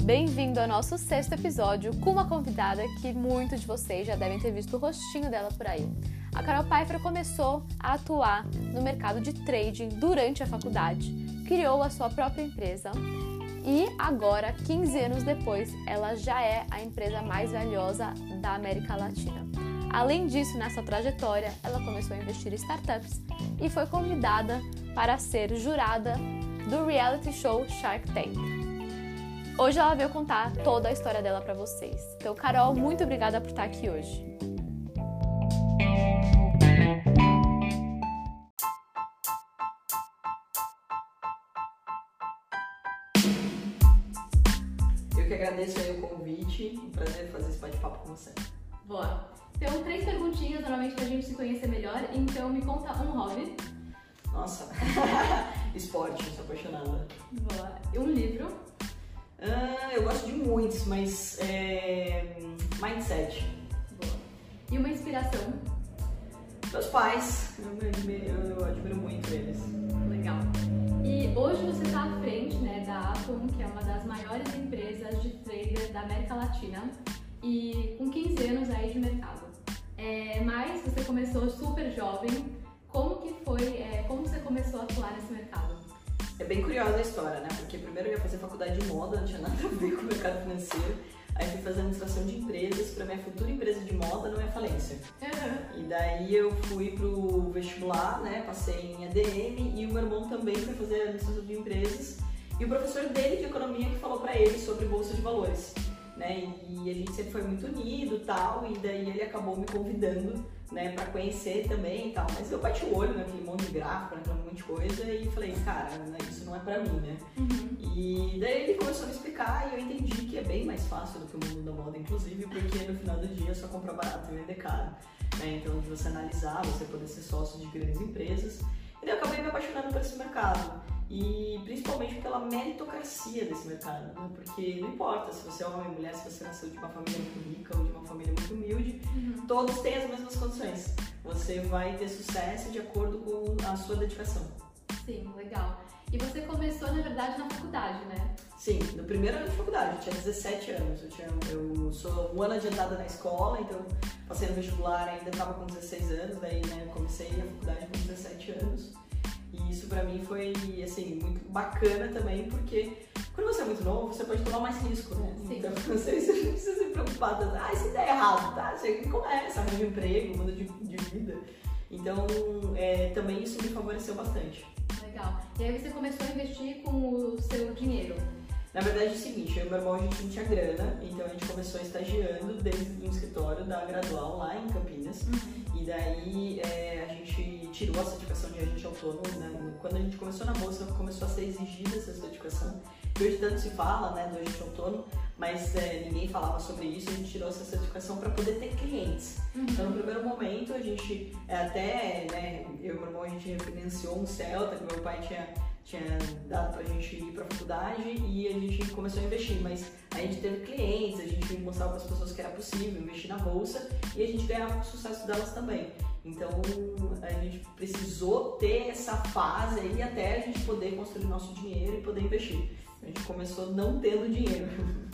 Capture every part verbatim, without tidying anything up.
Bem-vindo ao nosso sexto episódio com uma convidada que muitos de vocês já devem ter visto o rostinho dela por aí. A Carol Pfeiffer começou a atuar no mercado de trading durante a faculdade, criou a sua própria empresa e agora, quinze anos depois, ela já é a empresa mais valiosa da América Latina. Além disso, nessa trajetória, ela começou a investir em startups e foi convidada para ser jurada do reality show Shark Tank. Hoje ela veio contar toda a história dela para vocês. Então, Carol, muito obrigada por estar aqui hoje. Eu que agradeço aí o convite, um prazer fazer esse bate-papo com você. Boa. Então, três perguntinhas normalmente pra gente se conhecer melhor. Então, me conta um hobby. Nossa, esporte, sou apaixonada. Boa. E um livro. Ah, eu gosto de muitos, mas é... mindset. Boa. E uma inspiração. Meus pais, eu, eu, eu admiro muito eles. Legal. E hoje você está à frente, né, da Atom, que é uma das maiores empresas de trader da América Latina, e com quinze anos aí de mercado. É, mas você começou super jovem. Como que foi, é, como você começou a atuar nesse mercado? É bem curiosa a história, né? Porque primeiro eu ia fazer faculdade de moda, não tinha nada a ver com o mercado financeiro. Aí fui fazer administração de empresas para minha futura empresa de moda não é falência. Uhum. E daí eu fui pro vestibular, né? Passei em A D M e o meu irmão também foi fazer administração de empresas. E o professor dele de economia que falou para ele sobre bolsa de valores, né? E a gente sempre foi muito unido e tal, e daí ele acabou me convidando, né, para conhecer também e tal. Mas eu bati o olho naquele monte de gráfico, naquele monte de coisa e falei, cara, né, isso não é pra mim, né? Uhum. E daí ele começou a me explicar e eu entendi que é bem mais fácil do que o mundo da moda, inclusive, porque no final do dia é só comprar barato e vender caro, né? Então, de você analisar, você poder ser sócio de grandes empresas. E daí eu acabei me apaixonando por esse mercado. E principalmente pela meritocracia desse mercado, né? Porque não importa se você é homem ou mulher, se você nasceu de uma família muito rica ou de uma família muito humilde, uhum. Todos têm as mesmas condições. Você vai ter sucesso de acordo com a sua dedicação. Sim, legal. E você começou, na verdade, na faculdade, né? Sim, no primeiro ano de faculdade, eu tinha dezessete anos. Eu, tinha, eu sou um ano adiantada na escola, então passei no vestibular, ainda estava com dezesseis anos, daí né, comecei a faculdade com dezessete anos. E isso pra mim foi, assim, muito bacana também, porque quando você é muito novo, você pode tomar mais risco, né? Sim. Então você, você não precisa se preocupar, ah, se der errado, tá? Você começa, arranja um emprego, muda de, de vida. Então, é, também isso me favoreceu bastante. Legal. E aí você começou a investir com o seu dinheiro? Na verdade é o seguinte, eu e meu irmão a gente não tinha grana, então a gente começou estagiando dentro de um escritório da Gradual lá em Campinas. Uhum. E daí é, a gente tirou a certificação de agente autônomo, né? Quando a gente começou na bolsa, começou a ser exigida essa certificação. E hoje tanto se fala, né, do agente autônomo, mas é, ninguém falava sobre isso, a gente tirou essa certificação para poder ter clientes. Uhum. Então no primeiro momento a gente é, até, né, eu e meu irmão a gente refinanciou um Celta que meu pai tinha tinha dado pra gente ir pra faculdade e a gente começou a investir, mas a gente teve clientes, a gente mostrava para as pessoas que era possível investir na bolsa e a gente ganhava com o sucesso delas também. Então a gente precisou ter essa fase aí até a gente poder construir nosso dinheiro e poder investir. A gente começou não tendo dinheiro.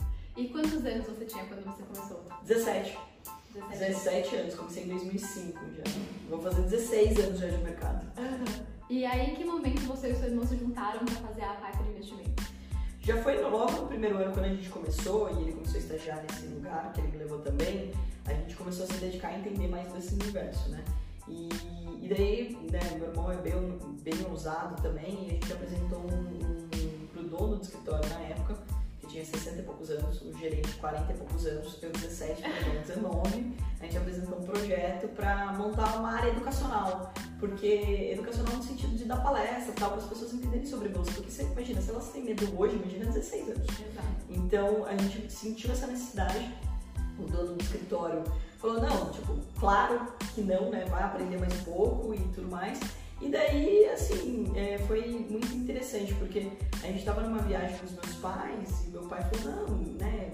E quantos anos você tinha quando você começou? dezessete. dezessete anos, comecei em dois mil e cinco já. Vou fazer dezesseis anos já de mercado. Uhum. E aí, em que momento você e o seu irmão se juntaram para fazer a Pfeiffer Investimento? Já foi logo no primeiro ano quando a gente começou e ele começou a estagiar nesse lugar que ele me levou também, a gente começou a se dedicar a entender mais desse universo, né? E, e daí, né, meu irmão é bem, bem ousado também e a gente apresentou um, um, pro dono do escritório na época, que tinha sessenta e poucos anos, o gerente quarenta e poucos anos, eu dezessete, meu irmão dezenove, a gente apresentou um projeto para montar uma área educacional, porque educacional no sentido de dar palestra, tal, para as pessoas entenderem sobre bolsa, porque você imagina, se elas têm medo hoje, imagina dezesseis anos. Exato. Então a gente sentiu essa necessidade, o dono do escritório falou, não, tipo, claro que não, né, vai aprender mais um pouco e tudo mais. E daí, assim, é, foi muito interessante, porque a gente estava numa viagem com os meus pais e meu pai falou, não, né,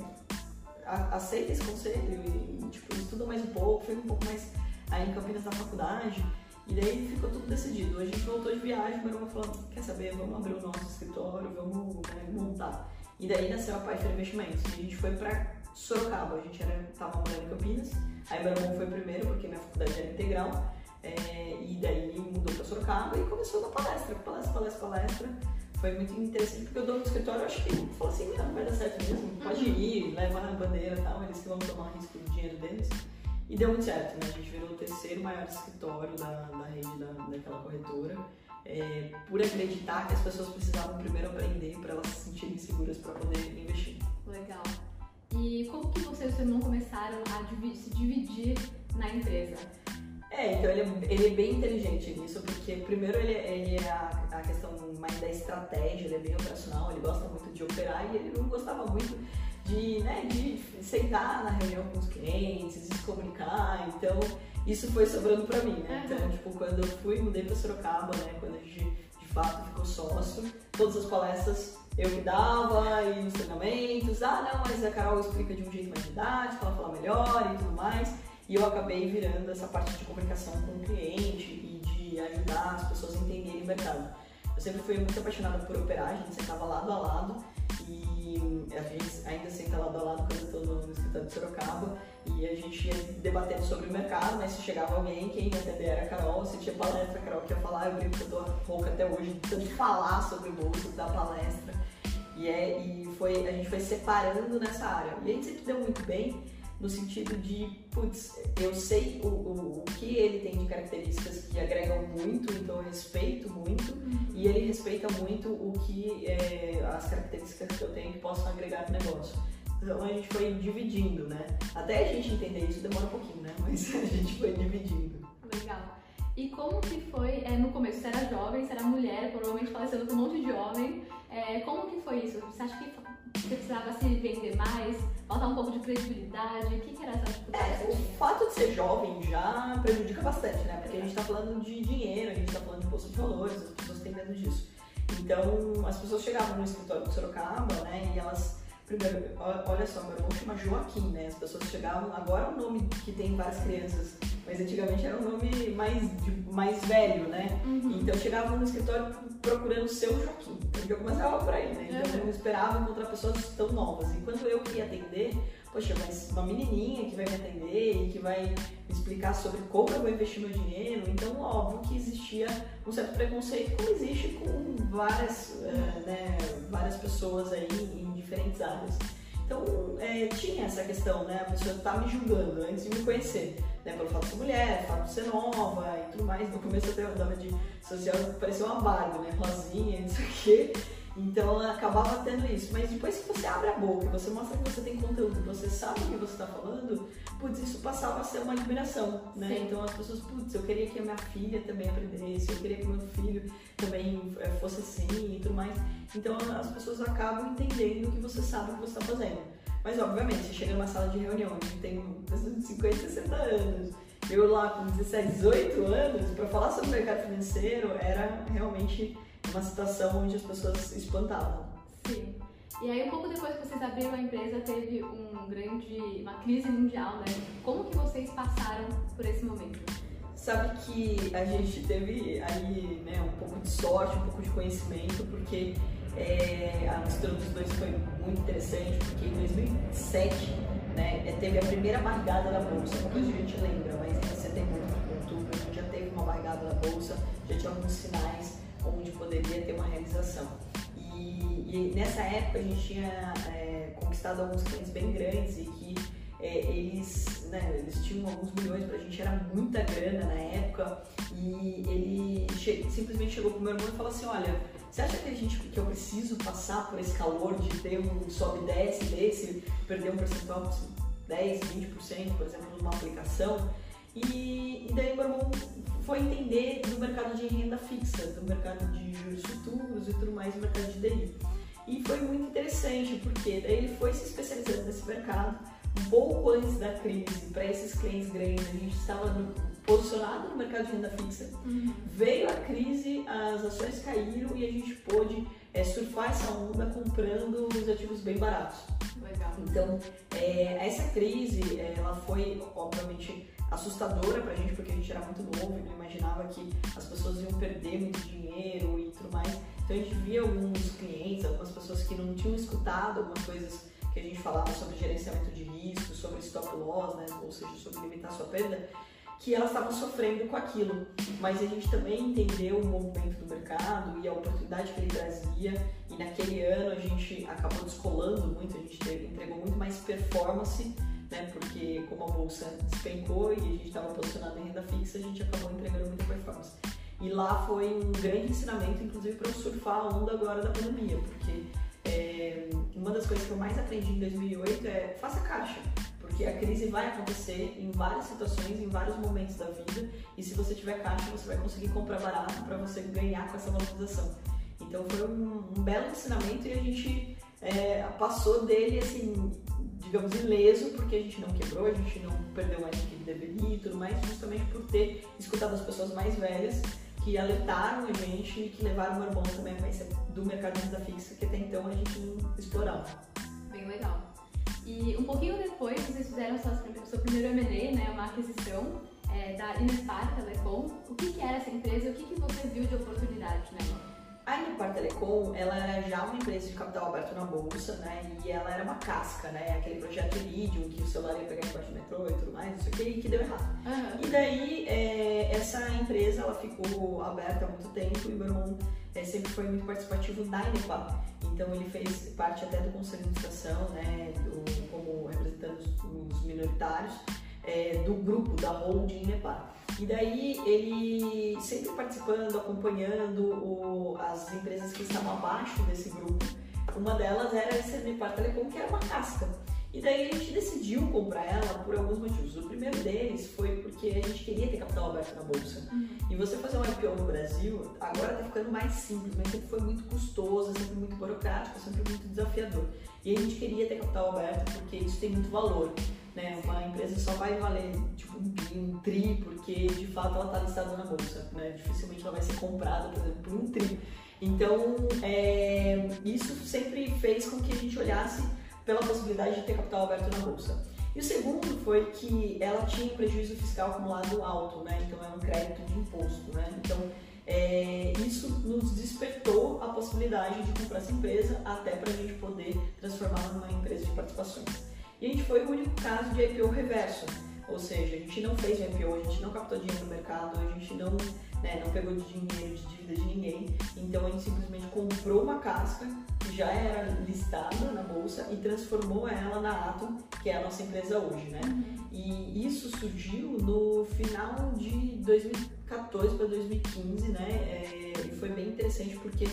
aceita esse conselho e, tipo, estuda mais um pouco, foi um pouco mais aí em Campinas na faculdade. E daí ficou tudo decidido. A gente voltou de viagem, meu irmão falou, quer saber, vamos abrir o nosso escritório, vamos, né, montar. E daí nasceu a Pfeiffer Investimentos. E a gente foi pra Sorocaba, a gente era, tava morando em Campinas. Aí meu irmão foi primeiro, porque minha faculdade era integral. É, e daí mudou pra Sorocaba e começou na palestra, palestra, palestra, palestra. Foi muito interessante, porque o dono do escritório, eu acho que falou assim, não, vai dar certo mesmo, pode ir, leva a bandeira e tal, eles que vão tomar risco do dinheiro deles. E deu muito certo, né? A gente virou o terceiro maior escritório da, da rede da, daquela corretora. É, por acreditar que as pessoas precisavam primeiro aprender para elas se sentirem seguras para poder investir. Legal. E como que você e o seu irmão começaram a dividir, se dividir na empresa? É, então ele é, ele é bem inteligente nisso, porque primeiro ele, ele é a, a questão mais da estratégia, ele é bem operacional, ele gosta muito de operar e ele não gostava muito de, né, de sentar na reunião com os clientes, se comunicar, então isso foi sobrando pra mim, né? Então, tipo, quando eu fui, mudei pra Sorocaba, né, quando a gente de fato ficou sócio, todas as palestras eu que dava e os treinamentos, ah não, mas a Carol explica de um jeito mais didático, ela fala melhor e tudo mais. E eu acabei virando essa parte de comunicação com o cliente e de ajudar as pessoas a entenderem o mercado. Eu sempre fui muito apaixonada por operar, a gente sentava lado a lado e a gente ainda senta lado a lado quando eu estou no escritório de Sorocaba e a gente ia debatendo sobre o mercado, mas se chegava alguém, quem ia atender era a Carol, se tinha palestra, a Carol que ia falar, eu brinco que eu tô rouca até hoje, de tanto falar sobre o bolso da palestra. E, é, e foi, a gente foi separando nessa área. E a gente sempre deu muito bem, no sentido de, putz, eu sei o, o, o que ele tem de características que agregam muito, então eu respeito muito, uhum. E ele respeita muito o que, é, as características que eu tenho que possam agregar no negócio. Então a gente foi dividindo, né? Até a gente entender isso demora um pouquinho, né? Mas a gente foi dividindo. Legal. E como que foi, é, no começo, você era jovem, você era mulher, provavelmente falecendo com um monte de homem, é, como que foi isso? Você acha que você precisava se vender mais, faltar um pouco de credibilidade? O que, que era essa dificuldade? É, o fato de ser jovem já prejudica bastante, né? Porque a gente tá falando de dinheiro, a gente tá falando de bolsa de valores, as pessoas têm medo disso. Então, as pessoas chegavam no escritório de Sorocaba, né? E elas, primeiro, olha só, meu irmão chama Joaquim, né? As pessoas chegavam, agora é um nome que tem várias crianças, mas antigamente era um nome mais, de, mais velho, né? Uhum. Então chegavam no escritório procurando o seu Joaquim. Então eu começava por aí, né? Então eu não esperava encontrar pessoas tão novas. E quando eu queria atender, poxa, mas uma menininha que vai me atender e que vai me explicar sobre como eu vou investir meu dinheiro, então óbvio que existia um certo preconceito, como existe com várias, uh, né, várias pessoas aí em diferentes áreas. Então, é, tinha essa questão, né? A pessoa tá me julgando antes de me conhecer, né? Pelo fato de ser mulher, fato de ser nova e tudo mais. No começo até eu andava de social, parecia uma Barbie, né? Rosinha, não sei o quê. Então, acabava tendo isso. Mas depois que você abre a boca, você mostra que você tem conteúdo, você sabe o que você tá falando, putz, isso passava a ser uma admiração, né? Sim. Então, as pessoas, putz, eu queria que a minha filha também aprendesse, eu queria que meu filho também fosse assim e tudo mais. Então, as pessoas acabam entendendo que você sabe o que você está fazendo. Mas, obviamente, você chega numa sala de reunião, a gente tem pessoas de cinquenta, sessenta anos, eu lá com dezessete, dezoito anos, para falar sobre o mercado financeiro, era realmente uma situação onde as pessoas espantavam. Sim. E aí, um pouco depois que vocês abriram a empresa, teve um grande, uma crise mundial, né? Como que vocês passaram por esse momento? Sabe que a gente teve aí, né, um pouco de sorte, um pouco de conhecimento, porque é, a mistura dos dois foi muito interessante, porque em dois mil e sete, né, teve a primeira barrigada da bolsa, depois a gente lembra, mas em setembro, outubro, a gente já teve uma barrigada da bolsa, já tinha alguns sinais onde poderia ter uma realização. E, e nessa época a gente tinha é, conquistado alguns clientes bem grandes e que é, eles, né, eles tinham alguns milhões, pra gente era muita grana na época, e ele che simplesmente chegou pro meu irmão e falou assim, olha, você acha que, a gente, que eu preciso passar por esse calor de ter um sobe e desce desse, perder um percentual de dez, vinte por cento, por exemplo, numa aplicação? E, e daí meu irmão foi entender do mercado de renda fixa, do mercado de juros futuros e tudo mais, do mercado de D I. E foi muito interessante, porque daí ele foi se especializando nesse mercado. Um pouco antes da crise, para esses clientes grandes, a gente estava no, posicionado no mercado de renda fixa. Uhum. Veio a crise, as ações caíram e a gente pôde é, surfar essa onda comprando os ativos bem baratos. Legal. Então, é, essa crise, ela foi, obviamente, assustadora pra gente, porque a gente era muito novo e não imaginava que as pessoas iam perder muito dinheiro e tudo mais. Então Então a gente via alguns clientes, algumas pessoas que não tinham escutado algumas coisas que a gente falava sobre gerenciamento de risco, sobre stop loss, né? Ou seja, sobre limitar sua perda, que elas estavam sofrendo com aquilo. Mas a gente também entendeu o movimento do mercado e a oportunidade que ele trazia, e naquele ano a gente acabou descolando muito, a gente entregou muito mais performance, né? Porque como a bolsa despencou e a gente estava posicionado em renda fixa, a gente acabou entregando muita performance. E lá foi um grande ensinamento, inclusive, para eu surfar a onda agora da pandemia, porque é, uma das coisas que eu mais aprendi em dois mil e oito é faça caixa, porque a crise vai acontecer em várias situações, em vários momentos da vida, e se você tiver caixa, você vai conseguir comprar barato para você ganhar com essa valorização. Então foi um, um belo ensinamento e a gente é, passou dele, assim, digamos, ileso, porque a gente não quebrou, a gente não perdeu mais do que deveria e tudo mais, justamente por ter escutado as pessoas mais velhas que alertaram a gente e que levaram o meu irmão também a conhecer do mercado de renda fixa, que até então a gente não explorava. Bem legal. E um pouquinho depois, vocês fizeram o seu primeiro M and A, né, uma aquisição é, da Inepar Telecom. O que, que era essa empresa e o que, que você viu de oportunidade nela? A Inepar Telecom, ela era já uma empresa de capital aberto na bolsa, né, e ela era uma casca, né, aquele projeto Iridium, que o celular ia pegar embaixo do metrô e tudo mais, isso aqui, que deu errado. Uhum. E daí, é, essa empresa, ela ficou aberta há muito tempo e meu irmão é, sempre foi muito participativo na Inepar. Então ele fez parte até do conselho de administração, né, do, como representando os, os minoritários, é, do grupo, da holding Inepar. E daí ele sempre participando, acompanhando o, as empresas que estavam abaixo desse grupo. Uma delas era essa Inepar Telecom, que era uma casca. E daí a gente decidiu comprar ela por alguns motivos. O primeiro deles foi porque a gente queria ter capital aberto na bolsa. Uhum. E você fazer um I P O no Brasil, agora está ficando mais simples, mas sempre foi muito custoso, sempre muito burocrático, sempre muito desafiador. E a gente queria ter capital aberto porque isso tem muito valor. Né? Uma empresa só vai valer tipo, um bi, um tri, porque de fato ela está listada na bolsa. Né? Dificilmente ela vai ser comprada, por exemplo, por um tri. Então, é, isso sempre fez com que a gente olhasse pela possibilidade de ter capital aberto na bolsa. E o segundo foi que ela tinha um prejuízo fiscal acumulado alto, né? Então é um crédito de imposto, né? Então é, isso nos despertou a possibilidade de comprar essa empresa até para a gente poder transformá-la numa empresa de participações. E a gente foi o único caso de I P O reverso, ou seja, a gente não fez um I P O, a gente não captou dinheiro no mercado, a gente não, né, não pegou de dinheiro, de dívida de ninguém, então a gente simplesmente comprou uma casca que já era listada na bolsa e transformou ela na Atom, que é a nossa empresa hoje, né? Uhum. E isso surgiu no final de dois mil e quatorze para dois mil e quinze, né? É, e foi bem interessante porque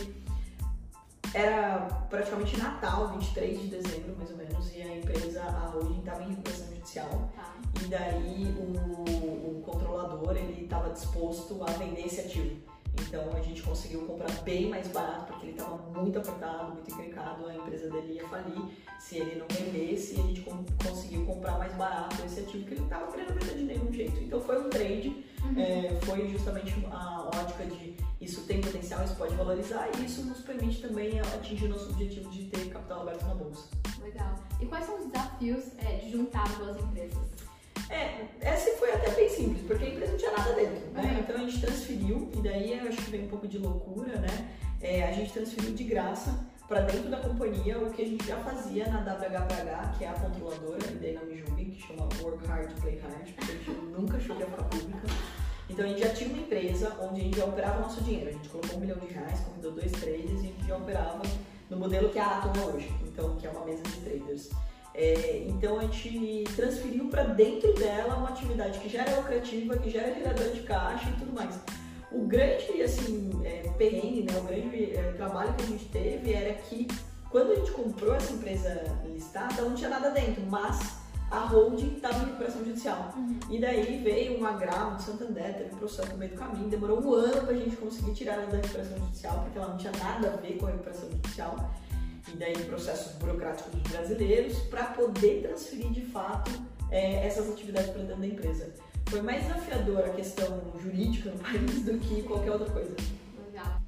era praticamente Natal, vinte e três de dezembro, mais ou menos, e a empresa, a holding, estava em recuperação judicial. Ah. E daí o, o controlador, ele estava disposto a vender esse ativo. Então a gente conseguiu comprar bem mais barato, porque ele estava muito apertado, muito encrencado, a empresa dele ia falir se ele não vendesse, e a gente com, conseguiu comprar mais barato esse ativo que ele não estava querendo vender de nenhum jeito. Então foi um trade, uhum. é, foi justamente a ótica de isso tem potencial, isso pode valorizar, e isso nos permite também atingir o nosso objetivo de ter capital aberto na bolsa. Legal. E quais são os desafios é, de juntar duas empresas? É, essa foi até bem simples, porque a empresa não tinha nada dentro, né? Uhum. Então a gente transferiu, e daí eu acho que veio um pouco de loucura, né? É, a gente transferiu de graça para dentro da companhia o que a gente já fazia na W H P H, que é a controladora, e daí não me julguem, que chama Work Hard, Play Hard, porque a gente nunca achou que ia ficar pública. Então a gente já tinha uma empresa onde a gente já operava o nosso dinheiro, a gente colocou um milhão de reais, convidou dois traders e a gente já operava no modelo que é a Atom é hoje, então, que é uma mesa de traders. É, então a gente transferiu para dentro dela uma atividade que já era lucrativa, que já era geradora de caixa e tudo mais. O grande assim, é, perrengue, né, o grande é, trabalho que a gente teve era que quando a gente comprou essa empresa listada, ela não tinha nada dentro, mas a holding estava em recuperação judicial. Uhum. E daí veio um agravo de Santander, teve um processo no meio do caminho, demorou um ano para a gente conseguir tirar ela da recuperação judicial, porque ela não tinha nada a ver com a recuperação judicial. E daí processos burocráticos dos brasileiros para poder transferir de fato é, essas atividades para dentro da empresa. Foi mais desafiadora a questão jurídica no país do que qualquer outra coisa. Legal.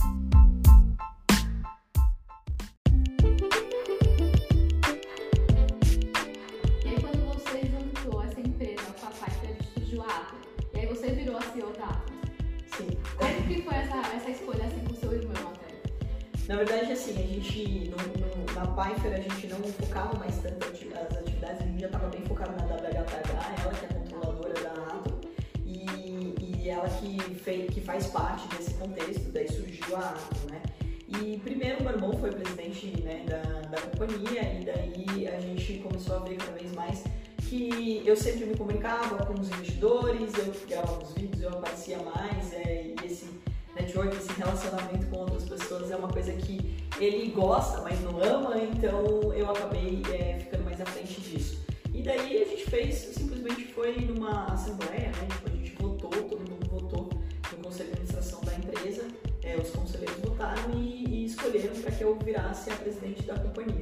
E aí quando você juntou essa empresa com a Pfeiffer, surgiu a Atom. E aí você virou a C E O da Atom. Sim. Como que foi essa, essa escolha assim com o seu irmão até? Na verdade, assim, a gente, no, no, na Pfeiffer, a gente não focava mais tanto as atividades, a gente já estava bem focado na W H T H, ela que é a controladora da Atom, e, e ela que, fez, que faz parte desse contexto, daí surgiu a Atom, né? E primeiro o meu irmão foi presidente, né, da, da companhia, e daí a gente começou a ver cada vez mais que eu sempre me comunicava com os investidores, eu gravava os vídeos, eu aparecia mais, é, e esse network, esse relacionamento com outras pessoas é uma coisa que ele gosta, mas não ama, então eu acabei é, ficando mais à frente disso. E daí a gente fez, simplesmente foi numa assembleia, né? Tipo, a gente votou, todo mundo votou no conselho de administração da empresa, é, os conselheiros votaram e, e escolheram para que eu virasse a presidente da companhia.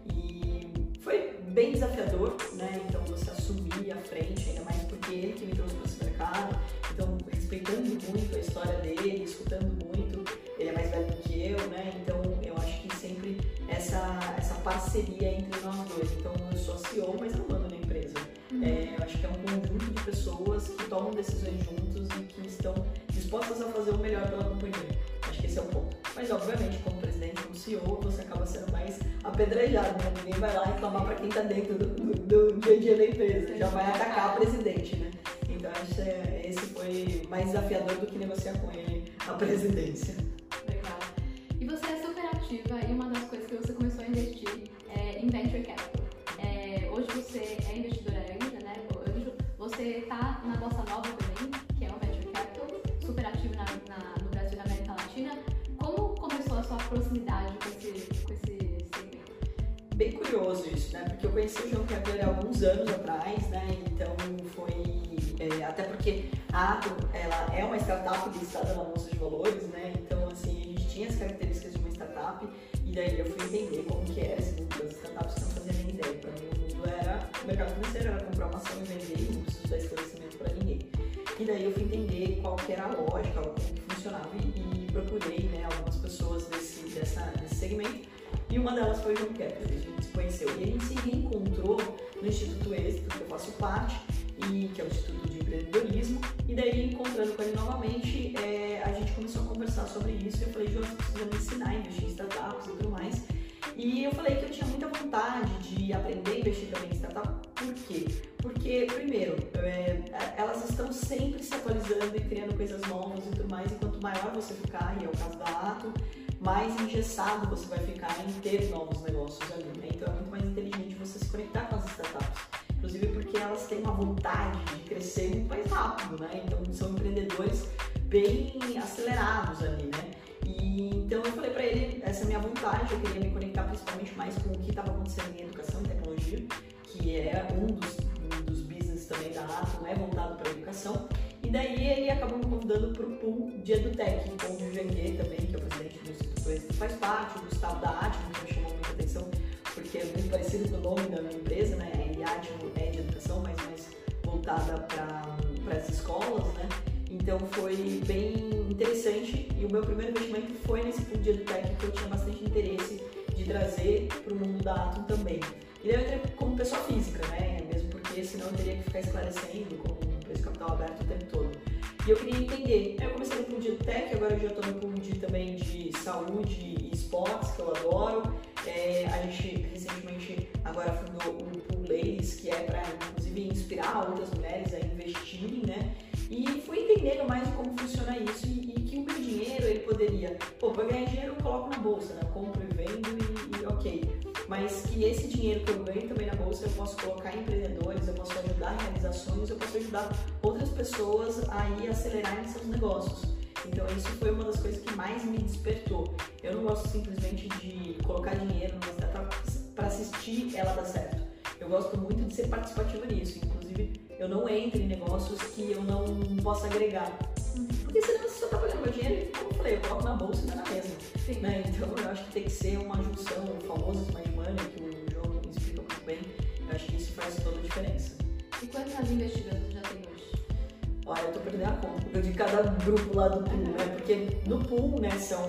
E foi bem desafiador, né? Então você assumir a frente, ainda mais porque ele que me trouxe para esse mercado, então respeitando muito a história dele, escutando muito, ele é mais velho do que eu, né? Então eu acho que sempre essa, essa parceria entre nós dois. Então eu sou C E O, mas eu não mando na empresa. Uhum. É, eu acho que é um conjunto de pessoas que tomam decisões juntos e que estão dispostas a fazer o melhor pela companhia. Acho que esse é o ponto. Mas obviamente, como presidente, como C E O, você acaba sendo mais apedrejado, né? Ninguém vai lá reclamar para quem está dentro do, do, do dia a dia da empresa, já vai atacar a presidente, né? Então acho que esse foi mais desafiador do que negociar com ele a presidência. Legal. E você é super ativa e uma das coisas que você começou a investir é em Venture Capital. É, hoje você é investidora ainda, né? Hoje você está na Bossa Nova também, que é um Venture Capital, super ativo na, na, no Brasil e na América Latina. Como começou a sua proximidade com esse, com esse segmento? Bem curioso isso, né? Porque eu conheci o João Kepler há alguns anos atrás, né? Então foi... É, até porque a Atom, ela é uma startup listada na Bolsa de Valores, né? Então, assim, a gente tinha as características de uma startup e daí eu fui entender como que era esse mundo das startups, que não fazia nem ideia. Para mim, o mundo era, o mercado financeiro era comprar uma ação e vender e não preciso dar esclarecimento para ninguém. E daí eu fui entender qual que era a lógica, como que funcionava e, e procurei, né, algumas pessoas desse, dessa, desse segmento. E uma delas foi o João Kepler, a gente se conheceu. E a gente se reencontrou no Instituto Êxito, que eu faço parte, e, que é o Instituto de Empreendedorismo. E daí, encontrando com ele novamente, é, a gente começou a conversar sobre isso. E eu falei, João, você precisa me ensinar a investir em startups e tudo mais. E eu falei que eu tinha muita vontade de aprender a investir também em startup. Por quê? Porque, primeiro, é, elas estão sempre se atualizando e criando coisas novas e tudo mais. E quanto maior você ficar, e é o caso da Atom, mais engessado você vai ficar em ter novos negócios ali, né? Então é muito mais inteligente você se conectar com as startups. Inclusive porque elas têm uma vontade de crescer muito mais rápido, né? Então são empreendedores bem acelerados ali, né? E então eu falei para ele, essa é a minha vontade, eu queria me conectar principalmente mais com o que estava acontecendo em educação e tecnologia, que é um dos, um dos business também da Atom, é voltado para a educação. E daí ele acabou me convidando para o pool de EduTech, com o Janguê também, que é o presidente do Instituto, que faz parte, o Gustavo da Atmo, que me chamou muita atenção, porque é muito parecido com o nome da minha empresa, né? A Atmo é de educação, mas mais voltada para as escolas, né? Então foi bem interessante e o meu primeiro investimento foi nesse pool de EduTech, que eu tinha bastante interesse de trazer para o mundo da Atom também. E daí eu entrei como pessoa física, né? Mesmo porque senão eu teria que ficar esclarecendo como esse capital aberto o tempo todo. E eu queria entender. Aí eu comecei no pool de EduTech, agora eu já estou no pool de, também de saúde e esportes, que eu adoro. É, a gente recentemente agora fundou o Pool Ladies, que é para inclusive inspirar outras mulheres a investirem, né? E fui entendendo mais como funciona isso e, e que o meu dinheiro ele poderia, pô, para ganhar dinheiro eu coloco na bolsa, né? Eu compro e vendo e, e ok. Mas que esse dinheiro que eu ganho também na bolsa eu posso colocar em empreendedores, eu posso ajudar em realizações, eu posso ajudar outras pessoas a ir acelerarem seus negócios. Então isso foi uma das coisas que mais me despertou. Eu não gosto simplesmente de colocar dinheiro numa startup para assistir ela dar certo. Eu gosto muito de ser participativa nisso. Inclusive, eu não entro em negócios que eu não possa agregar. Porque senão você só está pagando meu dinheiro e, como eu falei, eu coloco na bolsa e não é na mesma. Né? Então eu acho que tem que ser uma junção, o famoso smart money, que o João explica muito bem. Eu acho que isso faz toda a diferença. E quantas investidas você já tem hoje? Olha, eu tô perdendo a conta de cada grupo lá do pool, né? Porque no pool, né, são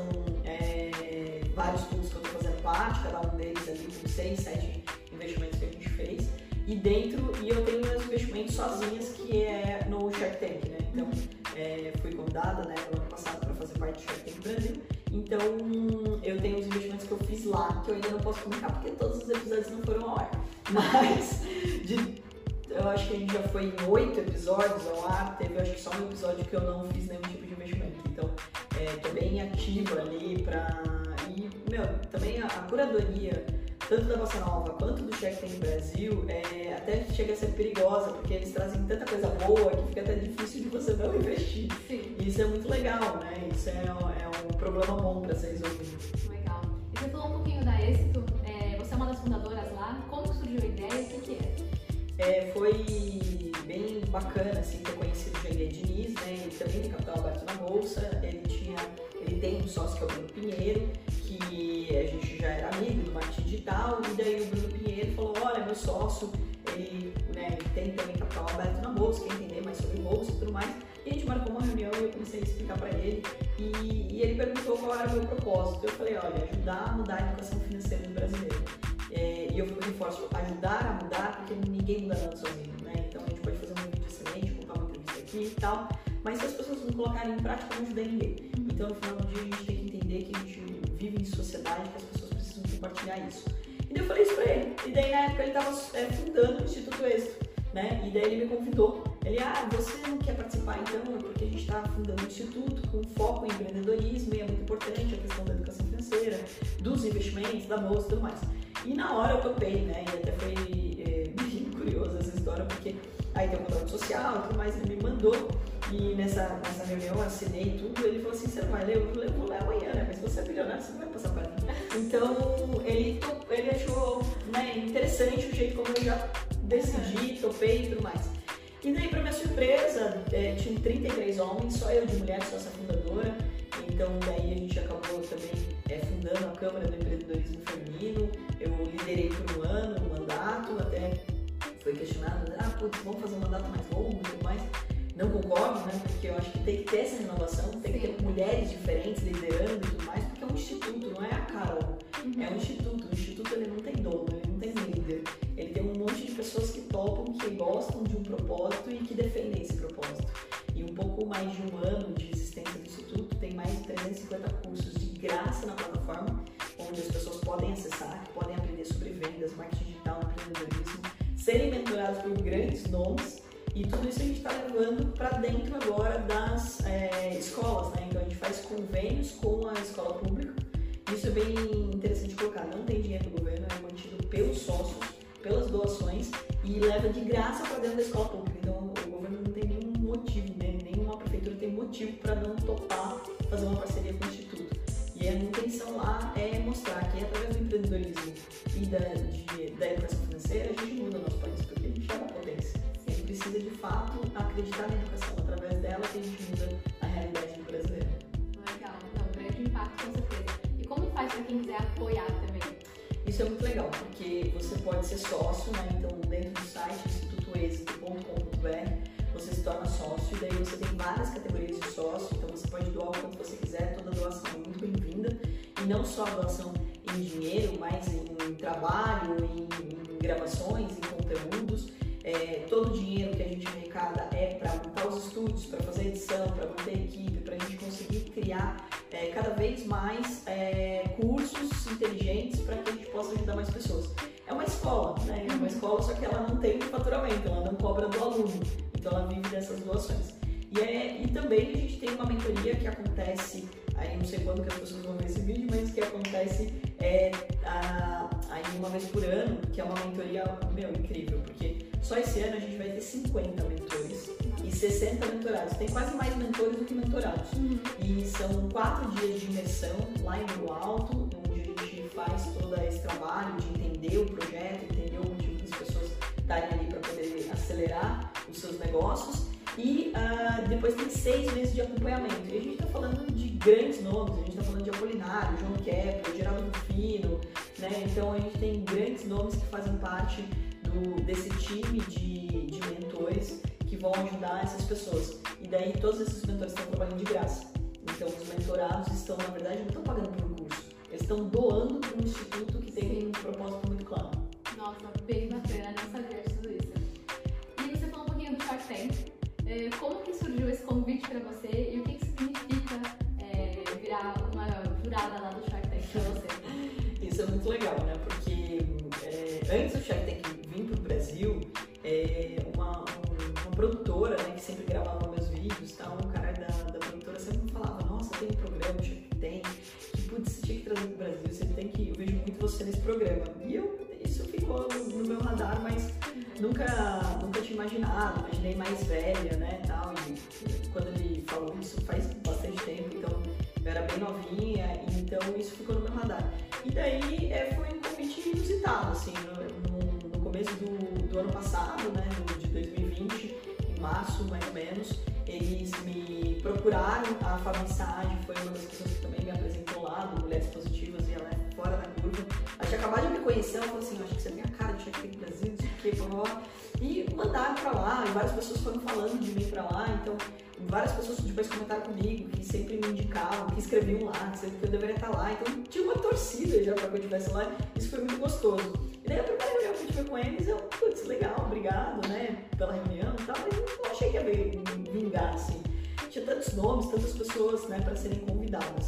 é, vários pools que eu tô fazendo parte, cada um deles ali com seis, sete investimentos que a gente fez. E dentro, e eu tenho meus investimentos sozinhas, que é no Shark Tank, né? Então, é, fui convidada, né, no ano passado para fazer parte do Shark Tank Brasil. Então, eu tenho os investimentos que eu fiz lá, que eu ainda não posso comunicar porque todos os episódios não foram ao ar. Mas, de, eu acho que a gente já foi em oito episódios ao ar, teve acho que só um episódio que eu não fiz nenhum tipo de investimento. Então, é, tô bem ativa ali pra... E, meu, também a, a curadoria, tanto da Bossa Nova quanto do Shark Tank Brasil, é, até chega a ser perigosa, porque eles trazem tanta coisa boa que fica até difícil de você não investir. Sim. E isso é muito legal, né? Isso é, é um problema bom para ser resolvido. Legal. E você falou um pouquinho da Êxito, é, você é uma das fundadoras lá, como que surgiu a ideia e o que é? É, foi bem bacana, assim, ter conhecido o Jair Diniz, né? Ele também tem capital aberto na Bolsa, ele tinha, ele tem um sócio que é o Bruno Pinheiro, que a gente já era amigo do marketing digital, e daí o Bruno Pinheiro falou, olha, meu sócio, ele, né, ele tem também capital aberto na Bolsa, quer entender mais sobre Bolsa e tudo mais, e a gente marcou uma reunião e eu comecei a explicar para ele, e, e ele perguntou qual era o meu propósito. Eu falei, olha, ajudar a mudar a educação financeira do brasileiro. É, e eu reforço, ajudar a mudar, porque ninguém muda nada sozinho, né? Então a gente pode fazer um vídeo excelente, colocar uma entrevista aqui e tal, mas se as pessoas não colocarem em prática, não ajuda ninguém. Então no final do dia a gente tem que entender que a gente vive em sociedade, que as pessoas precisam compartilhar isso. E daí eu falei isso pra ele. E daí na época ele estava é, fundando o Instituto Êxito, né? E daí ele me convidou. Ele, ah, você não quer participar então? Porque a gente está fundando um instituto com foco em empreendedorismo e é muito importante a questão da educação financeira, dos investimentos, da bolsa e tudo mais. E na hora eu topei, né? E até foi é, bem curiosa essa história, porque aí tem um contrato social e tudo mais, ele me mandou. E nessa, nessa reunião eu assinei tudo, ele falou assim, você não vai ler? Eu falei, eu vou ler amanhã, né? Mas se você é bilionário, você não vai passar para mim. Então, ele, ele achou, né, interessante o jeito como eu já decidi, topei e tudo mais. E daí, para minha surpresa, é, tinha trinta e três homens, só eu de mulher, só essa fundadora. Então, daí a gente acabou também é, fundando a Câmara do Empreendedorismo Feminino. Eu liderei por um ano o mandato, até foi questionado, ah, putz, vamos fazer um mandato mais longo e tudo mais. Não concordo, né? Porque eu acho que tem que ter essa renovação, tem que ter mulheres diferentes liderando e tudo mais, porque é um instituto, não é a Carol. Uhum. É um instituto. O instituto ele não tem dono, ele não tem líder. Ele tem um monte de pessoas que topam, que gostam de um propósito e que defendem esse propósito. E um pouco mais de um ano de existência do instituto, tem mais de trezentos e cinquenta cursos de graça na plataforma, onde as pessoas podem acessar, podem aprender sobre vendas, marketing digital, empreendedorismo, serem mentorados por grandes nomes. E tudo isso a gente está levando para dentro agora das é, escolas, né? Então a gente faz convênios com a escola pública. Isso é bem interessante colocar. Não tem dinheiro do governo, é mantido pelos sócios, pelas doações e leva de graça para dentro da escola pública. Então o governo não tem nenhum motivo, né? Nenhuma prefeitura tem motivo para não topar fazer uma parceria com o Instituto. E a intenção lá é mostrar que através do empreendedorismo e da, de, da educação financeira a gente muda o nosso país, porque a gente é uma potência. Precisa de fato acreditar na educação, através dela que a gente muda a realidade do brasileiro. Legal, não, grande impacto com certeza. E como faz para quem quiser apoiar também? Isso é muito legal, porque você pode ser sócio, né? Então dentro do site instituto êxito ponto com ponto b r você se torna sócio e daí você tem várias categorias de sócio, então você pode doar o quanto você quiser, toda doação é muito bem-vinda. E não só a doação em dinheiro, mas em trabalho, em, em gravações, em conteúdos. É, todo o dinheiro que a gente arrecada é para montar os estúdios, para fazer edição, para manter a equipe, para a gente conseguir criar é, cada vez mais é, cursos inteligentes para que a gente possa ajudar mais pessoas. É uma escola, né? É uma escola, só que ela não tem faturamento, ela não cobra do aluno, então ela vive dessas doações. E, é, e também a gente tem uma mentoria que acontece, aí não sei quando que as pessoas vão ver esse vídeo, mas que acontece é, a, aí uma vez por ano, que é uma mentoria, meu, incrível, porque só esse ano a gente vai ter cinquenta mentores e sessenta mentorados. Tem quase mais mentores do que mentorados. Uhum. E são quatro dias de imersão lá em Rio Alto, onde a gente faz todo esse trabalho de entender o projeto, entender o motivo das pessoas estarem ali para poder acelerar os seus negócios. E uh, depois tem seis meses de acompanhamento. E a gente está falando de grandes nomes, a gente está falando de Apolinário, João Kepler, Geraldo Rufino, né? Então a gente tem grandes nomes que fazem parte do, desse time de, de mentores que vão ajudar essas pessoas. E daí todos esses mentores estão trabalhando de graça. Então os mentorados estão, na verdade, não estão pagando por um curso, eles estão doando para um instituto que tem um propósito muito claro. Nossa, bem bacana, não sabia de tudo isso. E você falou um pouquinho do Shark Tank. Como que surgiu esse convite para você e o que, que significa é, virar uma pra você? Isso é muito legal, né? Porque é, antes do Shark Tank vir pro Brasil, é, uma, um, uma produtora, né, que sempre gravava meus vídeos, tá? Um cara da, da produtora sempre me falava, nossa, tem um programa, Shark Tank, que putz, você tinha que trazer pro Brasil, você tem que, eu vejo muito você nesse programa. E eu, isso ficou no, no meu radar, mas nunca, nunca tinha imaginado, imaginei mais velha, né, tal, e quando ele falou isso faz bastante tempo, então eu era bem novinha, então isso ficou no meu radar. E daí é, foi um convite inusitado, assim, no, no, no começo do, do ano passado, né, de dois mil e vinte, em março mais ou menos, eles me procuraram, a Fabensage foi uma das pessoas que também me apresentou lá, do Mulheres Positivas, e ela é fora da curva. Ela tinha acabado de me conhecer, ela falou assim, acho que você tem a cara de Shark Tank Brasil, não sei o que, blá, blá, blá. E mandaram pra lá, e várias pessoas foram falando de mim pra lá, então várias pessoas depois comentaram comigo, que sempre me indicavam, que escreviam lá, que eu deveria estar lá, então tinha uma torcida já pra que eu estivesse lá, isso foi muito gostoso. E daí a primeira reunião que a gente foi com eles, eu, putz, legal, obrigado, né, pela reunião e tal, mas eu não achei que ia vingar, assim. Tinha tantos nomes, tantas pessoas, né, pra serem convidadas.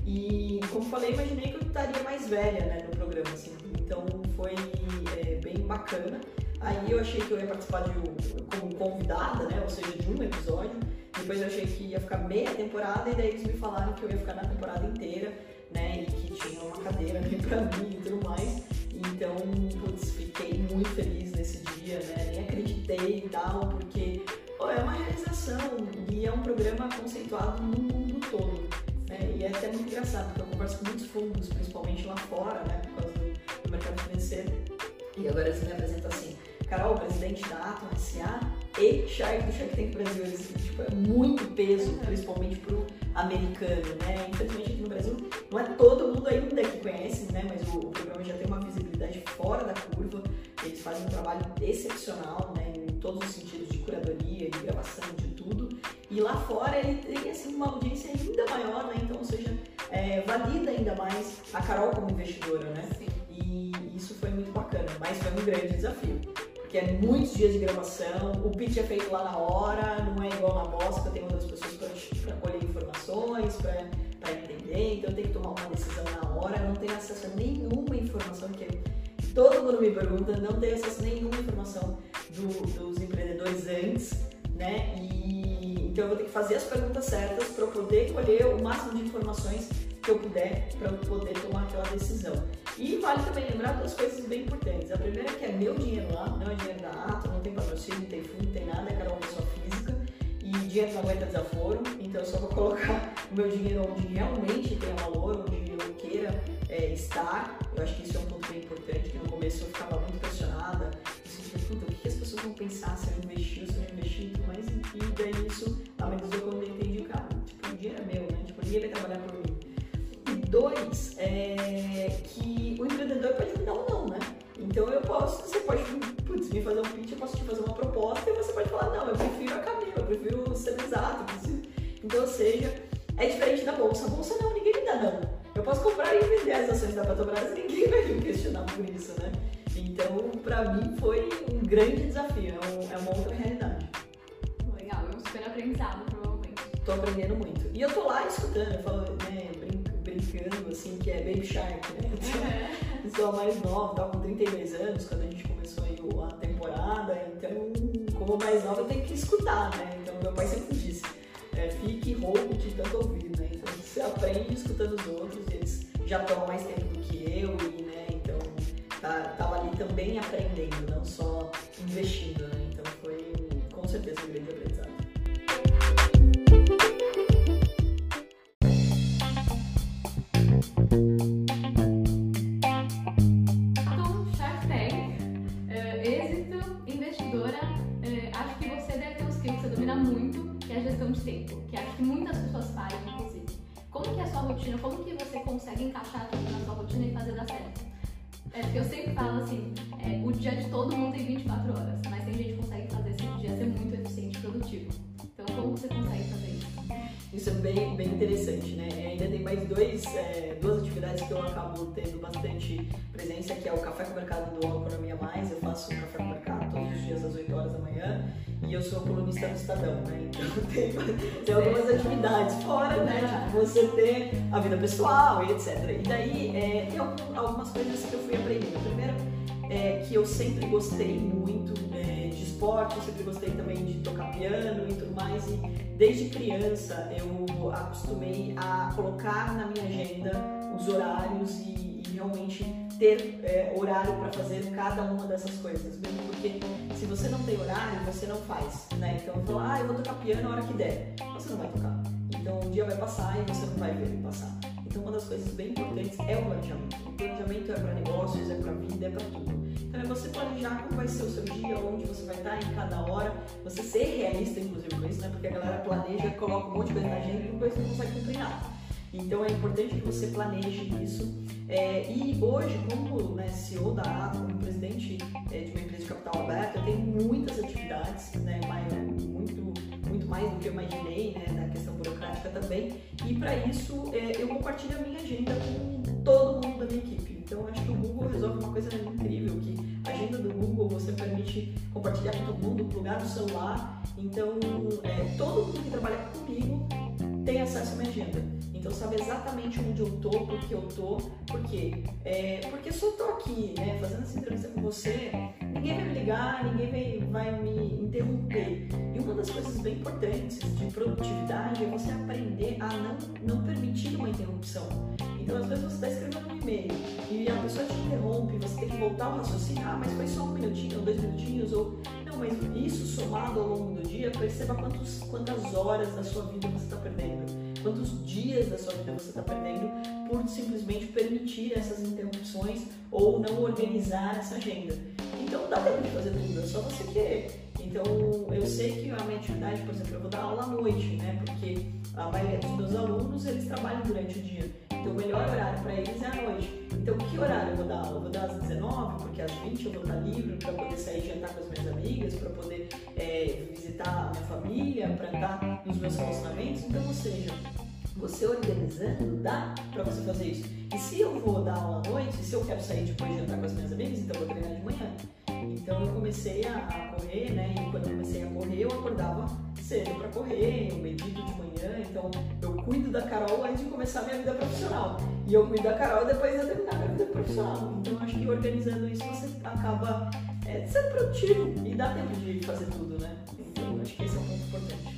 E, como falei, imaginei que eu estaria mais velha, né, no programa, assim, então foi é, bem bacana. Aí eu achei que eu ia participar de um, como convidada, né, ou seja, de um episódio. Depois eu achei que ia ficar meia temporada e daí eles me falaram que eu ia ficar na temporada inteira, né, e que tinha uma cadeira ali pra mim e tudo mais. Então, putz, fiquei muito feliz nesse dia, né, nem acreditei e tal, porque pô, é uma realização e é um programa conceituado no mundo todo, né, e é até muito engraçado, porque eu converso com muitos fundos, principalmente lá fora, né, por causa do, do mercado financeiro, e agora eles me apresentam assim, Carol, presidente da Atom S A e Shark do Shark Tank Brasil, eles, tipo, é muito peso, principalmente pro americano, né? Infelizmente aqui no Brasil não é todo mundo ainda que conhece, né? Mas o, o programa já tem uma visibilidade fora da curva, eles fazem um trabalho excepcional, né? Em todos os sentidos de curadoria, de gravação, de tudo. E lá fora ele tem assim uma audiência ainda maior, né? Então, ou seja, é, valida ainda mais a Carol como investidora, né? Sim. E isso foi muito bacana, mas foi um grande desafio. Porque é muitos dias de gravação, o pitch é feito lá na hora, não é igual na Boss, que eu tenho outras pessoas para colher informações, para entender, então eu tenho que tomar uma decisão na hora, eu não tenho acesso a nenhuma informação, que todo mundo me pergunta, não tenho acesso a nenhuma informação do, dos empreendedores antes, né? E, então eu vou ter que fazer as perguntas certas para poder colher o máximo de informações que eu puder para eu poder tomar aquela decisão. E vale também lembrar duas coisas bem importantes. A primeira é que é meu dinheiro lá, não é dinheiro da Atom, não tem patrocínio, não tem fundo, não tem nada, é cada uma pessoa física e dinheiro não aguenta desaforo, então eu só vou colocar o meu dinheiro onde realmente tenha valor, onde eu queira é, estar. Eu acho que isso é um ponto bem importante, que no começo eu ficava muito pressionada, eu sentia, puta, o que as pessoas vão pensar se eu investir, se eu não investir e tudo mais, e daí isso amenizou quando eu entendi, cara, tipo, o dinheiro é meu, né, tipo, ninguém vai trabalhar por mim. Dois, é que o empreendedor pode me dar um não, né? Então eu posso, você pode putz, me fazer um pitch, eu posso te fazer uma proposta e você pode falar, não, eu prefiro a Camila, eu prefiro ser exato. Então, ou seja, é diferente da bolsa. A bolsa não, ninguém me dá não. Eu posso comprar e vender as ações da Petrobras e ninguém vai me questionar por isso, né? Então, pra mim, foi um grande desafio, é, um, é uma outra realidade. Legal, é um super aprendizado, provavelmente. Tô aprendendo muito. E eu tô lá escutando, eu falo, né, brincando, assim, que é Baby Shark, né? Eu sou a mais nova, tava com trinta e dois anos quando a gente começou aí a temporada, então, como mais nova, eu tenho que escutar, né? Então, meu pai sempre disse, é, fique rouco de tanto ouvir, né? Então, você aprende escutando os outros, eles já estão há mais tempo do que eu, e, né? Então, tá, tava ali também aprendendo, não só investindo, né? Então, foi, com certeza, um grande aprendizado. Que acho que muitas pessoas fazem, inclusive. Como que é a sua rotina? Como que você consegue encaixar tudo na sua rotina e fazer dar certo? É porque eu sempre falo assim, é, o dia de todo mundo tem vinte e quatro horas, mas tem gente que consegue fazer esse dia ser muito eficiente e produtivo. Então, como você consegue fazer isso? Isso é bem, bem interessante, né? E ainda tem mais dois, é, duas atividades que eu acabo tendo bastante presença, que é o Café com o Mercado do Economia Mais. Eu faço um Café com o Mercado todos os dias às oito horas da manhã. e eu sou colunista do Estadão, né? Então tem, tem algumas atividades fora, né? Tipo, você ter a vida pessoal e etcétera. E daí é, tem algumas coisas que eu fui aprendendo. Primeiro, é que eu sempre gostei muito é, de esporte, eu sempre gostei também de tocar piano e tudo mais. E desde criança eu acostumei a colocar na minha agenda os horários e, e realmente ter é, horário para fazer cada uma dessas coisas, mesmo porque se você não tem horário, você não faz, né? Então eu falo, ah, eu vou tocar piano a hora que der, você não vai tocar. Então um dia vai passar e você não vai ver ele passar. Então uma das coisas bem importantes é o planejamento. O planejamento é para negócios, é para vida, é para tudo. Então é você planejar como vai ser o seu dia, onde você vai estar em cada hora, você ser realista inclusive com isso, né? Porque a galera planeja, coloca um monte de coisa na agenda e depois não consegue cumprir nada. Então é importante que você planeje isso. É, e hoje, como né, C E O da A, como presidente é, de uma empresa de capital aberto, eu tenho muitas atividades, né, mais, muito, muito mais do que eu imaginei, né, na questão burocrática também. E para isso é, eu compartilho a minha agenda com todo mundo da minha equipe. Então eu acho que o Google resolve uma coisa incrível, que a agenda do Google você permite compartilhar com todo mundo, plugar no celular. Então é, todo mundo que trabalha comigo tem acesso à minha agenda. Então sabe exatamente onde eu tô, por que eu tô, por quê? É, porque se eu tô aqui, né, fazendo essa entrevista com você, ninguém vai me ligar, ninguém vai, vai me interromper. E uma das coisas bem importantes de produtividade é você aprender a não, não permitir uma interrupção. Então às vezes você está escrevendo um e-mail e a pessoa te interrompe, você tem que voltar ao raciocínio, ah, mas foi só um minutinho, ou dois minutinhos, ou... Não, mas isso somado ao longo do dia, perceba quantos, quantas horas da sua vida você está perdendo. Quantos dias da sua vida você está perdendo por simplesmente permitir essas interrupções ou não organizar essa agenda. Então dá tempo de fazer tudo, é só você querer. Então eu sei que a minha atividade, por exemplo, eu vou dar aula à noite, né? Porque a maioria dos meus alunos, eles trabalham durante o dia. Então o melhor horário para eles é à noite. Então que horário eu vou dar aula? Eu vou dar às dezenove, porque às vinte eu vou estar livre para poder sair jantar com as minhas amigas, para poder é, visitar a minha família, para estar nos meus relacionamentos. Então, ou seja, você organizando, dá para você fazer isso. E se eu vou dar aula à noite, se eu quero sair depois de jantar com as minhas amigas, então eu vou treinar de manhã. Então eu comecei a, a correr, né? E quando eu comecei a correr, eu acordava cedo para correr, eu medito de manhã, então eu cuido da Carol antes de começar a minha vida profissional. E eu cuido da Carol depois de eu terminar a minha vida profissional. Então eu acho que organizando isso você acaba é, sendo produtivo e dá tempo de fazer tudo, né? Então eu acho que esse é um ponto importante.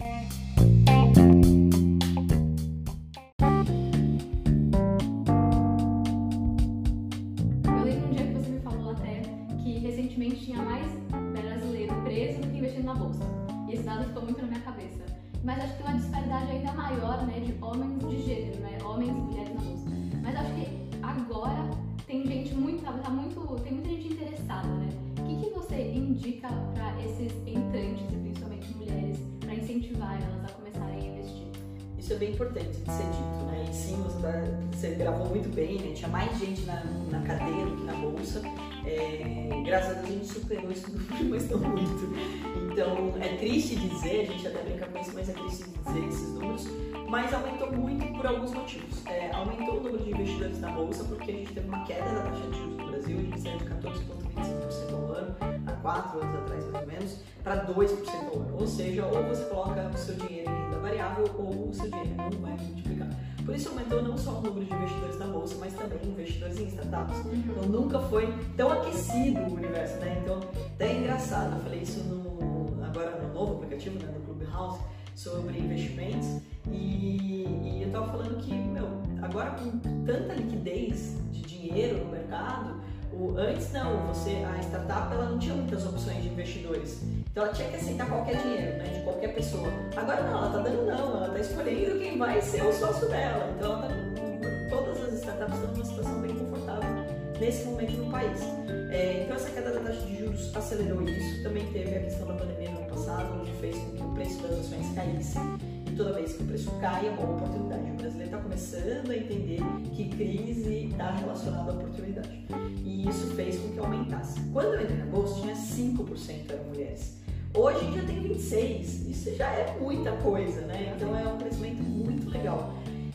Tinha mais brasileiro preso do que investindo na bolsa. E esse dado ficou muito na minha cabeça. Mas acho que tem uma disparidade ainda maior, né, de homens de gênero, né, homens e mulheres na bolsa. Mas acho que agora tem gente muito, tá muito, tem muita gente interessada, né? O que, que você indica para esses entrantes, e principalmente mulheres, para incentivar elas a começarem a investir? Isso é bem importante de ser dito, né? E sim, você, tá, você gravou muito bem, né? Tinha mais gente na, na cadeia do que na bolsa. É, graças a Deus a gente superou isso tudo, mas não muito. Então é triste dizer, a gente até brinca com isso, mas é triste dizer esses números, mas aumentou muito por alguns motivos. É, aumentou o número de investidores na bolsa porque a gente teve uma queda da taxa de juros no Brasil, a gente saiu de quatorze vírgula vinte e cinco por cento ao ano, há quatro anos atrás mais ou menos, para dois por cento ao ano. Ou seja, ou você coloca o seu dinheiro em renda variável ou o seu dinheiro não vai multiplicar. Por isso aumentou não só o número de investidores na bolsa, mas também investidores em startups. Então nunca foi tão aquecido o universo, né? Então até é engraçado, eu falei isso no, agora no novo aplicativo, né, do Clubhouse, sobre investimentos, e, e eu tava falando que, meu, agora com tanta liquidez de dinheiro no mercado, o, antes não, você, a startup ela não tinha muitas opções de investidores, então ela tinha que aceitar qualquer dinheiro, né, de qualquer pessoa. Agora não, ela tá dando não, ela tá escolhendo quem vai ser o sócio dela, então ela tá, todas as startups estão numa situação bem confortável nesse momento no país. É, então essa queda da taxa de juros acelerou isso, também teve a questão da pandemia no ano passado, onde fez com que o preço das ações caísse, e toda vez que o preço cai é uma oportunidade. O brasileiro está começando a entender que crise está relacionada à oportunidade, e isso fez com que aumentasse. Quando eu entrei na bolsa tinha cinco por cento eram mulheres, hoje já tem vinte e seis por cento, isso já é muita coisa, né? Então é um crescimento muito legal.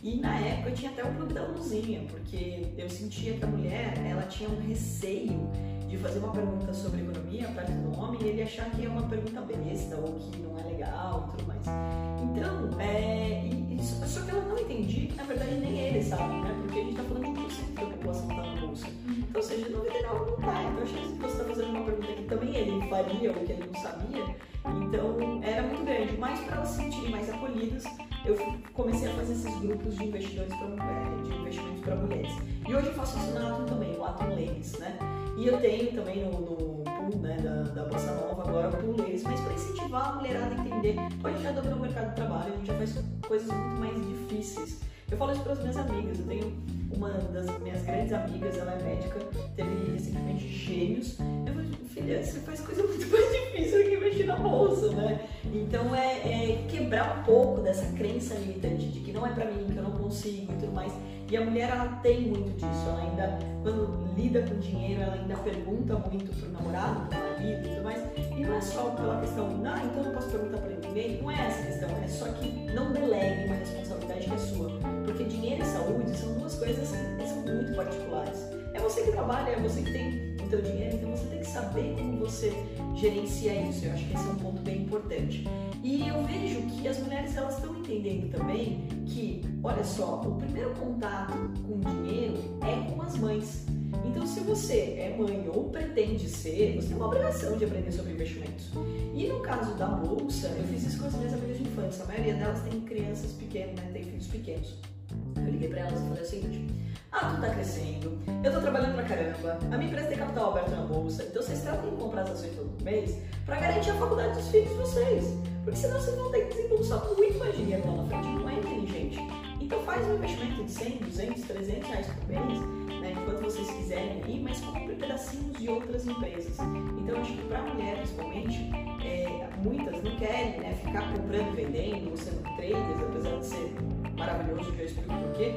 E na época eu tinha até o clube da luzinha, porque eu sentia que a mulher, ela tinha um receio de fazer uma pergunta sobre economia perto do homem e ele achar que é uma pergunta besta ou que não é legal e tudo mais. Então, é, e, e, só que ela não entendia que na verdade nem ele sabe, né? Porque a gente tá falando de um por cento da população que tá na bolsa. Então, ou seja, noventa e nove por cento não tá. Então a chance de você estar fazendo uma pergunta que também ele faria ou que ele não sabia, então era muito grande. Mas para elas se sentirem mais acolhidas, eu comecei a fazer esses grupos de investidores pra, de investimentos para mulheres. E hoje eu faço isso na Atom também, o Atom Ladies, né? E eu tenho também no, no pool, né, da, da Bossa Nova agora o Pool Ladies, mas para incentivar a mulherada a entender, pô, a gente já dobrou o mercado de trabalho, a gente já faz coisas muito mais difíceis. Eu falo isso para as minhas amigas, eu tenho uma das minhas grandes amigas, ela é médica, teve recentemente gêmeos. Eu falei, filha, você faz coisa muito mais difícil do que investir na bolsa, né? Então é, é quebrar um pouco dessa crença limitante de que não é pra mim, que eu não consigo e tudo mais. E a mulher, ela tem muito disso, ela ainda, quando lida com dinheiro, ela ainda pergunta muito pro namorado, pro marido e tudo mais. E não é só pela questão, ah, então eu não posso perguntar pra ninguém. Não é essa a questão, é só que não delegue uma responsabilidade que é sua. Porque dinheiro e saúde são duas coisas que são muito particulares. É você que trabalha, é você que tem o teu dinheiro, então você tem que saber como você gerencia isso. Eu acho que esse é um ponto bem importante. E eu vejo que as mulheres, elas estão entendendo também que, olha só, o primeiro contato com o dinheiro é com as mães. Então, se você é mãe ou pretende ser, você tem uma obrigação de aprender sobre investimentos. E no caso da bolsa, eu fiz isso com as minhas amigas de infância. A maioria delas tem crianças pequenas, né? Tem filhos pequenos. Eu liguei pra elas e falei o seguinte: ah, tu tá crescendo, eu tô trabalhando pra caramba, a minha empresa tem capital aberto na bolsa, então vocês tratem de comprar as ações todo mês pra garantir a faculdade dos filhos de vocês. Porque senão vocês vão ter que desembolsar muito mais dinheiro lá na frente, não é inteligente. Então faz um investimento de cem, duzentos, trezentos reais por mês, né, enquanto vocês quiserem ir, mas compre pedacinhos de outras empresas. Então acho que pra mulher, principalmente, é, muitas não querem, né, ficar comprando e vendendo, sendo traders, apesar de ser maravilhoso, já explico por quê.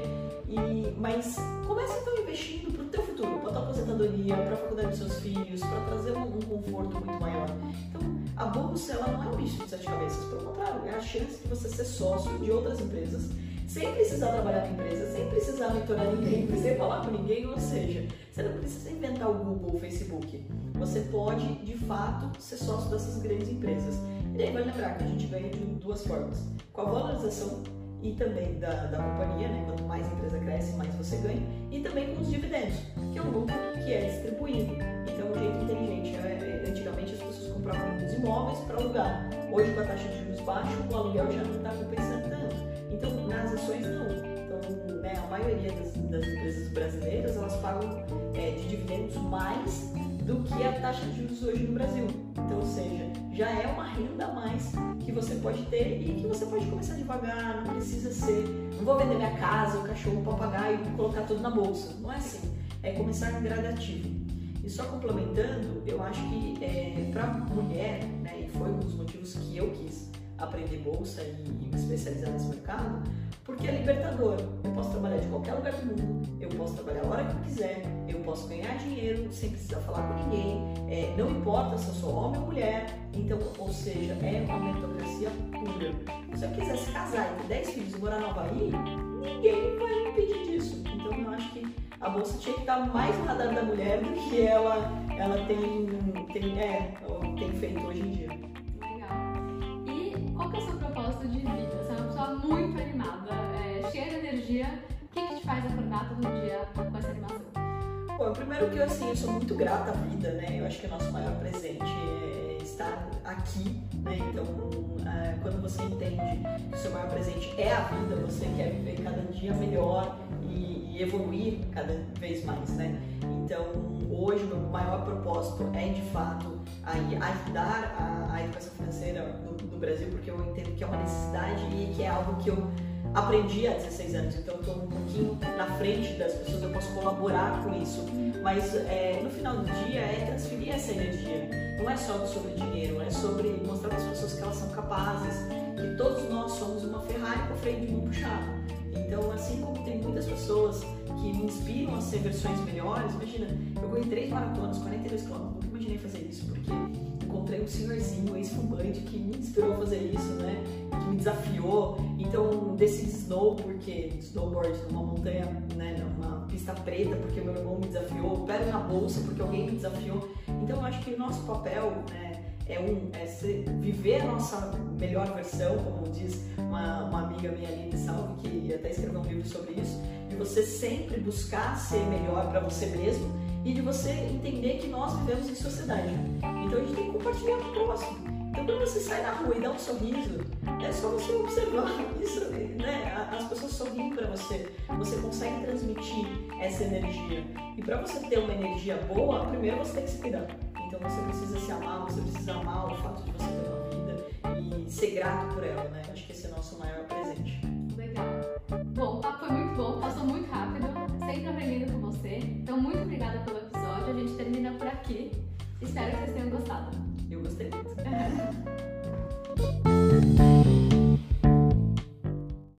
E, mas comece então investindo para o teu futuro, para a tua aposentadoria, para a faculdade dos seus filhos, para trazer um, um conforto muito maior. Então a bolsa, ela não é um bicho de sete cabeças, pelo contrário, é a chance de você ser sócio de outras empresas sem precisar trabalhar na empresa, sem precisar mentorar ninguém, sem falar com ninguém, ou seja, você não precisa inventar o Google ou o Facebook. Você pode, de fato, ser sócio dessas grandes empresas. E daí vai lembrar que a gente ganha de duas formas: com a valorização e também da, da companhia, né? Quanto mais a empresa cresce, mais você ganha, e também com os dividendos, que é um lucro que é distribuído. Então, um jeito inteligente. É, antigamente as pessoas compravam muitos imóveis para alugar. Hoje, com a taxa de juros baixa, o aluguel já não está compensando tanto. Então, nas ações não. Então, né, a maioria das, das empresas brasileiras, elas pagam é, de dividendos mais do que a taxa de juros hoje no Brasil. Então, ou seja, já é uma renda a mais que você pode ter e que você pode começar devagar, não precisa ser, não vou vender minha casa, o cachorro, o papagaio e colocar tudo na bolsa. Não é assim, é começar gradativo. E só complementando, eu acho que é, para mulher, né, e foi um dos motivos que eu quis aprender bolsa e, e me especializar nesse mercado, porque é libertador. Eu posso trabalhar de qualquer lugar do mundo, eu posso trabalhar a hora que eu quiser, eu posso ganhar dinheiro sem precisar falar com ninguém, é, não importa se eu sou homem ou mulher. Então, ou seja, é uma meritocracia pura. Se eu quisesse casar e ter dez filhos e morar no Havaí, ninguém vai me impedir disso. Então, eu acho que a bolsa tinha que estar mais no radar da mulher do que ela, ela tem, tem, é, tem feito hoje em dia. Qual que é o seu propósito de vida? Você é uma pessoa muito animada, é, cheia de energia. O que, que te faz acordar todo dia com essa animação? Bom, primeiro que eu, assim, eu sou muito grata à vida, né? Eu acho que o nosso maior presente é estar aqui, né? Então, é, quando você entende que o seu maior presente é a vida, você quer viver cada dia melhor e, e evoluir cada vez mais, né? Então, hoje o meu maior propósito é, de fato, aí, ajudar a, a educação financeira do, do Brasil, porque eu entendo que é uma necessidade e que é algo que eu aprendi há dezesseis anos, então eu estou um pouquinho na frente das pessoas, eu posso colaborar com isso, mas é, no final do dia é transferir essa energia. Não é só sobre dinheiro, é sobre mostrar para as pessoas que elas são capazes, que todos nós somos uma Ferrari com o freio de mão puxado. Então, assim como tem muitas pessoas que me inspiram a ser versões melhores, imagina, eu corri três maratonas, quarenta e dois quilômetros, nunca imaginei fazer isso, porque eu encontrei um senhorzinho ex-fumante que me inspirou a fazer isso, né? Que me desafiou. Então, decidi snow porque snowboard numa montanha, né? Numa pista preta porque meu irmão me desafiou. Pego na bolsa porque alguém me desafiou. Então, eu acho que o nosso papel, né? É, um, é ser, viver a nossa melhor versão, como diz uma, uma amiga minha, Aline Salve, que até escreveu um livro sobre isso, de você sempre buscar ser melhor para você mesmo e de você entender que nós vivemos em sociedade. Então a gente tem que compartilhar com o próximo. Então quando você sai na rua e dá um sorriso, é só você observar isso, né? As pessoas sorriem para você, você consegue transmitir essa energia. E para você ter uma energia boa, primeiro você tem que se cuidar. Então você precisa se amar, você precisa amar o fato de você ter uma vida e ser grato por ela, né? Acho que esse é o nosso maior presente. Legal. Bom, o papo foi muito bom, passou muito rápido, sempre aprendendo com você. Então muito obrigada pelo episódio, a gente termina por aqui. Espero que vocês tenham gostado. Eu gostei muito.